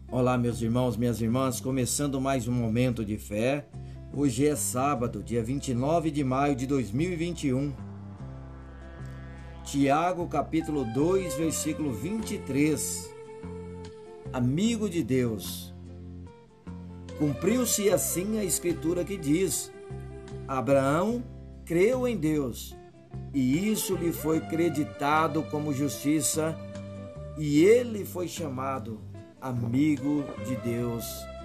Olá, meus irmãos, minhas irmãs, começando mais um momento de fé. Hoje é sábado, dia 29 de maio de 2021. Tiago, capítulo 2, versículo 23. Amigo de Deus. Cumpriu-se assim a escritura que diz: Abraão creu em Deus, e isso lhe foi creditado como justiça, e ele foi chamado amigo de Deus.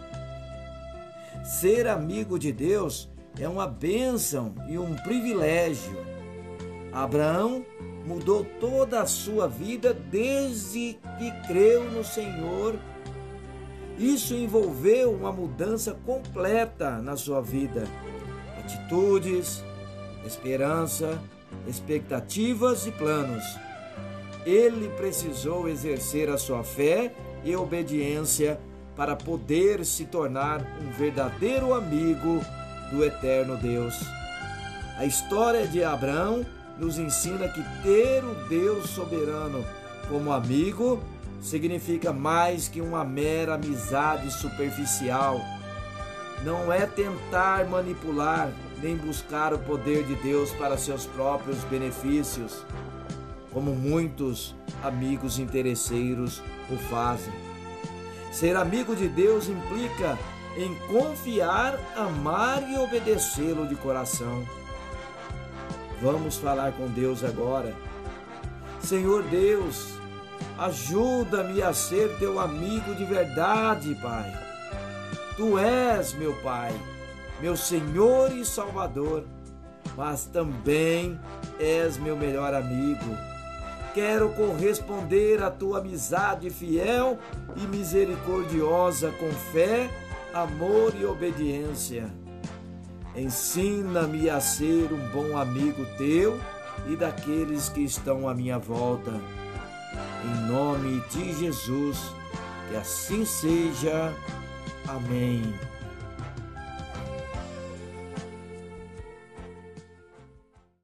Ser amigo de Deus é uma bênção e um privilégio. Abraão mudou toda a sua vida desde que creu no Senhor. Isso envolveu uma mudança completa na sua vida. Atitudes, esperança, expectativas e planos. Ele precisou exercer a sua fé e obediência para poder se tornar um verdadeiro amigo do eterno Deus. A história de Abraão nos ensina que ter o Deus soberano como amigo significa mais que uma mera amizade superficial. Não é tentar manipular nem buscar o poder de Deus para seus próprios benefícios, como muitos amigos interesseiros o fazem. Ser amigo de Deus implica em confiar, amar e obedecê-lo de coração. Vamos falar com Deus agora. Senhor Deus, ajuda-me a ser teu amigo de verdade, Pai. Tu és meu Pai, meu Senhor e Salvador, mas também és meu melhor amigo. Quero corresponder à tua amizade fiel e misericordiosa com fé, amor e obediência. Ensina-me a ser um bom amigo teu e daqueles que estão à minha volta. Em nome de Jesus, que assim seja. Amém.